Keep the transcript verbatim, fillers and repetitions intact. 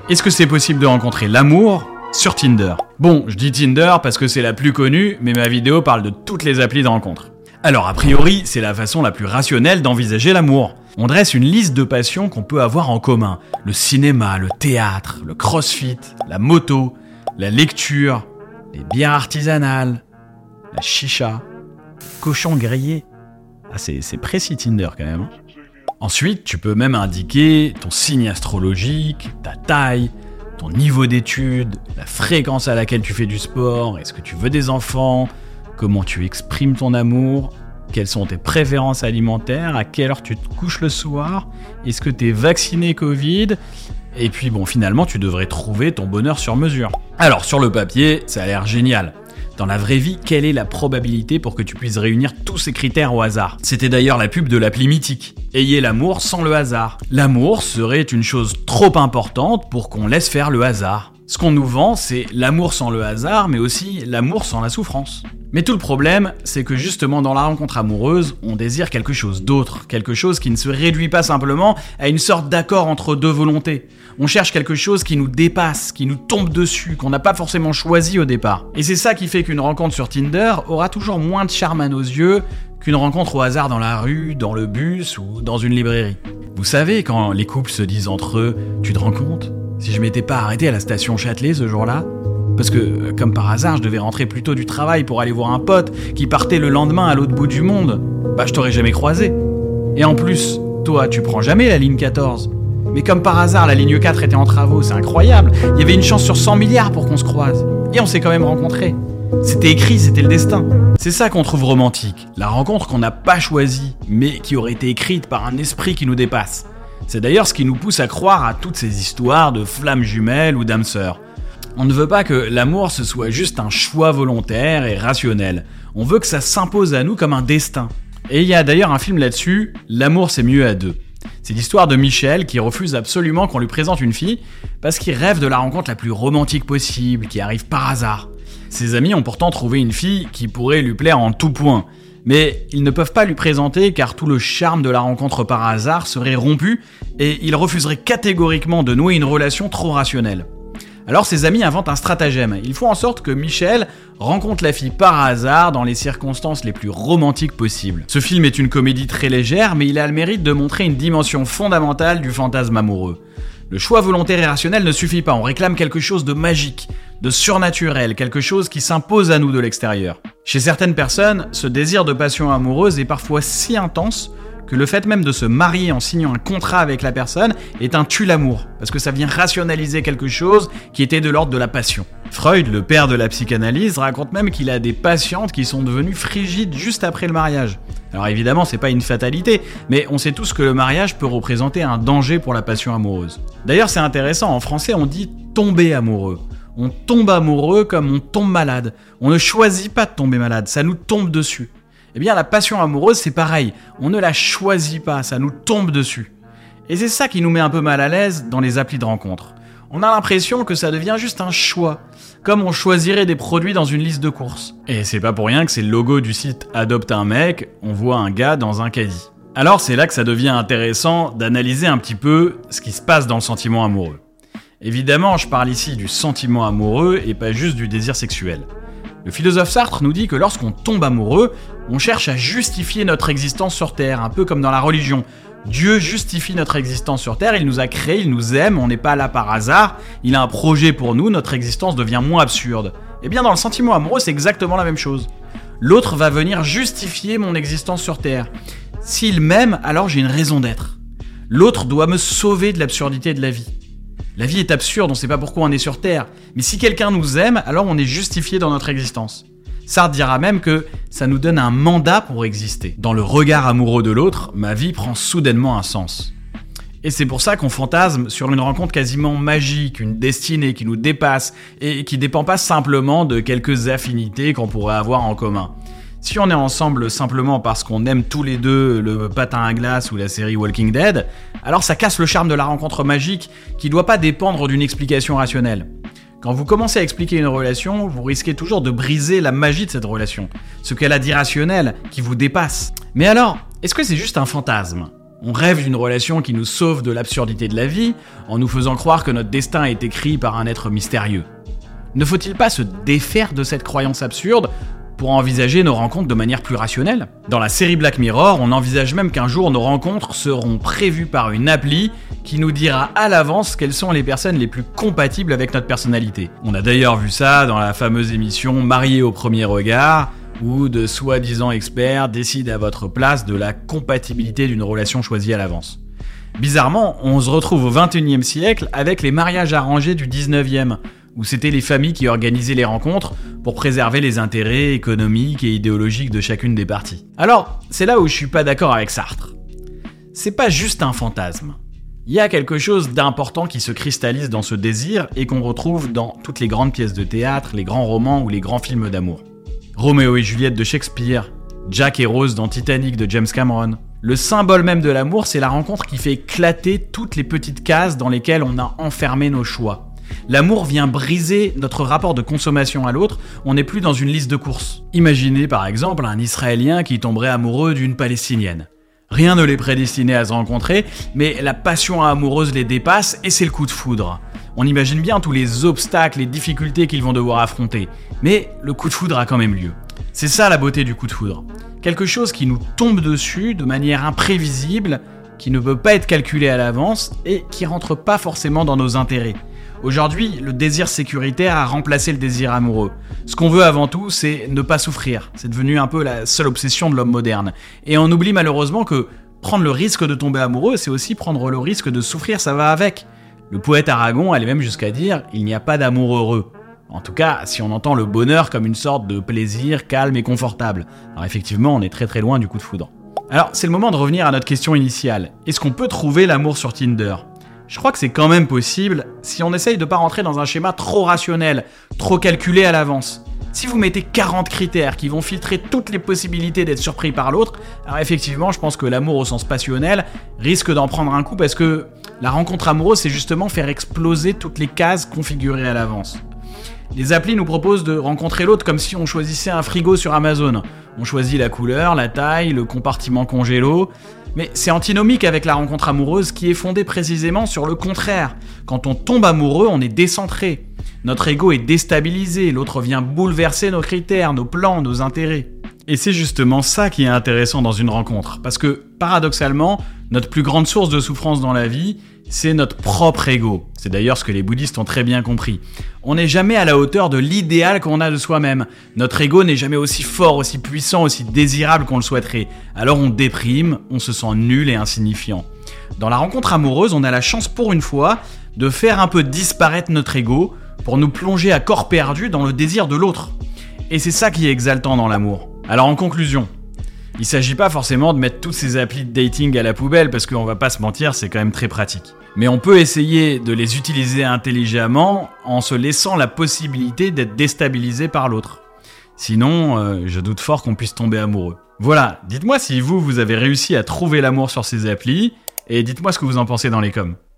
Est-ce que c'est possible de rencontrer l'amour sur Tinder? Bon, je dis Tinder parce que c'est la plus connue, mais ma vidéo parle de toutes les applis de rencontre. Alors, a priori, c'est la façon la plus rationnelle d'envisager l'amour. On dresse une liste de passions qu'on peut avoir en commun. Le cinéma, le théâtre, le crossfit, la moto, la lecture, les bières artisanales, la chicha, cochon grillé. Ah, c'est, c'est précis Tinder quand même. Hein. Ensuite, tu peux même indiquer ton signe astrologique, ta taille, ton niveau d'études, la fréquence à laquelle tu fais du sport, est-ce que tu veux des enfants, comment tu exprimes ton amour, quelles sont tes préférences alimentaires, à quelle heure tu te couches le soir, est-ce que tu es vacciné Covid, et puis bon, finalement, tu devrais trouver ton bonheur sur mesure. Alors, sur le papier, ça a l'air génial. Dans la vraie vie, quelle est la probabilité pour que tu puisses réunir tous ces critères au hasard? C'était d'ailleurs la pub de l'appli mythique. Ayez l'amour sans le hasard. L'amour serait une chose trop importante pour qu'on laisse faire le hasard. Ce qu'on nous vend, c'est l'amour sans le hasard, mais aussi l'amour sans la souffrance. Mais tout le problème, c'est que justement dans la rencontre amoureuse, on désire quelque chose d'autre, quelque chose qui ne se réduit pas simplement à une sorte d'accord entre deux volontés. On cherche quelque chose qui nous dépasse, qui nous tombe dessus, qu'on n'a pas forcément choisi au départ. Et c'est ça qui fait qu'une rencontre sur Tinder aura toujours moins de charme à nos yeux qu'une rencontre au hasard dans la rue, dans le bus ou dans une librairie. Vous savez, quand les couples se disent entre eux « Tu te rends compte ? Si je m'étais pas arrêté à la station Châtelet ce jour-là ?» Parce que, comme par hasard, je devais rentrer plus tôt du travail pour aller voir un pote qui partait le lendemain à l'autre bout du monde. Bah, je t'aurais jamais croisé. Et en plus, toi, tu prends jamais la ligne quatorze. Mais comme par hasard, la ligne quatre était en travaux, c'est incroyable. Il y avait une chance sur cent milliards pour qu'on se croise. Et on s'est quand même rencontrés. C'était écrit, c'était le destin. C'est ça qu'on trouve romantique. La rencontre qu'on n'a pas choisie, mais qui aurait été écrite par un esprit qui nous dépasse. C'est d'ailleurs ce qui nous pousse à croire à toutes ces histoires de flammes jumelles ou d'âmes sœurs. On ne veut pas que l'amour ce soit juste un choix volontaire et rationnel. On veut que ça s'impose à nous comme un destin. Et il y a d'ailleurs un film là-dessus, L'amour c'est mieux à deux. C'est l'histoire de Michel qui refuse absolument qu'on lui présente une fille parce qu'il rêve de la rencontre la plus romantique possible, qui arrive par hasard. Ses amis ont pourtant trouvé une fille qui pourrait lui plaire en tout point. Mais ils ne peuvent pas lui présenter car tout le charme de la rencontre par hasard serait rompu et il refuserait catégoriquement de nouer une relation trop rationnelle. Alors ses amis inventent un stratagème. Ils font en sorte que Michel rencontre la fille par hasard dans les circonstances les plus romantiques possibles. Ce film est une comédie très légère, mais il a le mérite de montrer une dimension fondamentale du fantasme amoureux. Le choix volontaire et rationnel ne suffit pas, on réclame quelque chose de magique, de surnaturel, quelque chose qui s'impose à nous de l'extérieur. Chez certaines personnes, ce désir de passion amoureuse est parfois si intense que le fait même de se marier en signant un contrat avec la personne est un tue-l'amour, parce que ça vient rationaliser quelque chose qui était de l'ordre de la passion. Freud, le père de la psychanalyse, raconte même qu'il a des patientes qui sont devenues frigides juste après le mariage. Alors évidemment, c'est pas une fatalité, mais on sait tous que le mariage peut représenter un danger pour la passion amoureuse. D'ailleurs, c'est intéressant, en français on dit « tomber amoureux ». On tombe amoureux comme on tombe malade. On ne choisit pas de tomber malade, ça nous tombe dessus. Eh bien, la passion amoureuse, c'est pareil. On ne la choisit pas, ça nous tombe dessus. Et c'est ça qui nous met un peu mal à l'aise dans les applis de rencontre. On a l'impression que ça devient juste un choix, comme on choisirait des produits dans une liste de courses. Et c'est pas pour rien que c'est le logo du site Adopte un mec, on voit un gars dans un caddie. Alors c'est là que ça devient intéressant d'analyser un petit peu ce qui se passe dans le sentiment amoureux. Évidemment, je parle ici du sentiment amoureux et pas juste du désir sexuel. Le philosophe Sartre nous dit que lorsqu'on tombe amoureux, on cherche à justifier notre existence sur Terre, un peu comme dans la religion. Dieu justifie notre existence sur Terre, il nous a créés, il nous aime, on n'est pas là par hasard, il a un projet pour nous, notre existence devient moins absurde. Eh bien dans le sentiment amoureux, c'est exactement la même chose. L'autre va venir justifier mon existence sur Terre. S'il m'aime, alors j'ai une raison d'être. L'autre doit me sauver de l'absurdité de la vie. La vie est absurde, on ne sait pas pourquoi on est sur Terre. Mais si quelqu'un nous aime, alors on est justifié dans notre existence. Sartre dira même que ça nous donne un mandat pour exister. Dans le regard amoureux de l'autre, ma vie prend soudainement un sens. Et c'est pour ça qu'on fantasme sur une rencontre quasiment magique, une destinée qui nous dépasse et qui dépend pas simplement de quelques affinités qu'on pourrait avoir en commun. Si on est ensemble simplement parce qu'on aime tous les deux le patin à glace ou la série Walking Dead, alors ça casse le charme de la rencontre magique qui doit pas dépendre d'une explication rationnelle. Quand vous commencez à expliquer une relation, vous risquez toujours de briser la magie de cette relation, ce qu'elle a d'irrationnel, qui vous dépasse. Mais alors, est-ce que c'est juste un fantasme ? On rêve d'une relation qui nous sauve de l'absurdité de la vie, en nous faisant croire que notre destin est écrit par un être mystérieux. Ne faut-il pas se défaire de cette croyance absurde pour envisager nos rencontres de manière plus rationnelle ? Dans la série Black Mirror, on envisage même qu'un jour nos rencontres seront prévues par une appli qui nous dira à l'avance quelles sont les personnes les plus compatibles avec notre personnalité. On a d'ailleurs vu ça dans la fameuse émission Mariés au premier regard, où de soi-disant experts décident à votre place de la compatibilité d'une relation choisie à l'avance. Bizarrement, on se retrouve au vingt et unième siècle avec les mariages arrangés du dix-neuvième, où c'était les familles qui organisaient les rencontres pour préserver les intérêts économiques et idéologiques de chacune des parties. Alors, c'est là où je suis pas d'accord avec Sartre. C'est pas juste un fantasme. Il y a quelque chose d'important qui se cristallise dans ce désir et qu'on retrouve dans toutes les grandes pièces de théâtre, les grands romans ou les grands films d'amour. Roméo et Juliette de Shakespeare, Jack et Rose dans Titanic de James Cameron. Le symbole même de l'amour, c'est la rencontre qui fait éclater toutes les petites cases dans lesquelles on a enfermé nos choix. L'amour vient briser notre rapport de consommation à l'autre, on n'est plus dans une liste de courses. Imaginez par exemple un Israélien qui tomberait amoureux d'une Palestinienne. Rien ne les prédestinait à se rencontrer, mais la passion amoureuse les dépasse et c'est le coup de foudre. On imagine bien tous les obstacles, les difficultés qu'ils vont devoir affronter, mais le coup de foudre a quand même lieu. C'est ça la beauté du coup de foudre. Quelque chose qui nous tombe dessus de manière imprévisible, qui ne peut pas être calculé à l'avance et qui rentre pas forcément dans nos intérêts. Aujourd'hui, le désir sécuritaire a remplacé le désir amoureux. Ce qu'on veut avant tout, c'est ne pas souffrir. C'est devenu un peu la seule obsession de l'homme moderne. Et on oublie malheureusement que prendre le risque de tomber amoureux, c'est aussi prendre le risque de souffrir, ça va avec. Le poète Aragon allait même jusqu'à dire « il n'y a pas d'amour heureux ». En tout cas, si on entend le bonheur comme une sorte de plaisir calme et confortable. Alors effectivement, on est très très loin du coup de foudre. Alors, c'est le moment de revenir à notre question initiale. Est-ce qu'on peut trouver l'amour sur Tinder ? Je crois que c'est quand même possible si on essaye de pas rentrer dans un schéma trop rationnel, trop calculé à l'avance. Si vous mettez quarante critères qui vont filtrer toutes les possibilités d'être surpris par l'autre, alors effectivement, je pense que l'amour au sens passionnel risque d'en prendre un coup parce que la rencontre amoureuse, c'est justement faire exploser toutes les cases configurées à l'avance. Les applis nous proposent de rencontrer l'autre comme si on choisissait un frigo sur Amazon. On choisit la couleur, la taille, le compartiment congélo. Mais c'est antinomique avec la rencontre amoureuse qui est fondée précisément sur le contraire. Quand on tombe amoureux, on est décentré. Notre ego est déstabilisé, l'autre vient bouleverser nos critères, nos plans, nos intérêts. Et c'est justement ça qui est intéressant dans une rencontre. Parce que, paradoxalement, notre plus grande source de souffrance dans la vie, c'est notre propre ego. C'est d'ailleurs ce que les bouddhistes ont très bien compris. On n'est jamais à la hauteur de l'idéal qu'on a de soi-même. Notre ego n'est jamais aussi fort, aussi puissant, aussi désirable qu'on le souhaiterait. Alors on déprime, on se sent nul et insignifiant. Dans la rencontre amoureuse, on a la chance pour une fois de faire un peu disparaître notre ego pour nous plonger à corps perdu dans le désir de l'autre. Et c'est ça qui est exaltant dans l'amour. Alors en conclusion, il s'agit pas forcément de mettre toutes ces applis de dating à la poubelle parce qu'on va pas se mentir, c'est quand même très pratique. Mais on peut essayer de les utiliser intelligemment en se laissant la possibilité d'être déstabilisé par l'autre. Sinon, euh, je doute fort qu'on puisse tomber amoureux. Voilà, dites-moi si vous, vous avez réussi à trouver l'amour sur ces applis et dites-moi ce que vous en pensez dans les coms.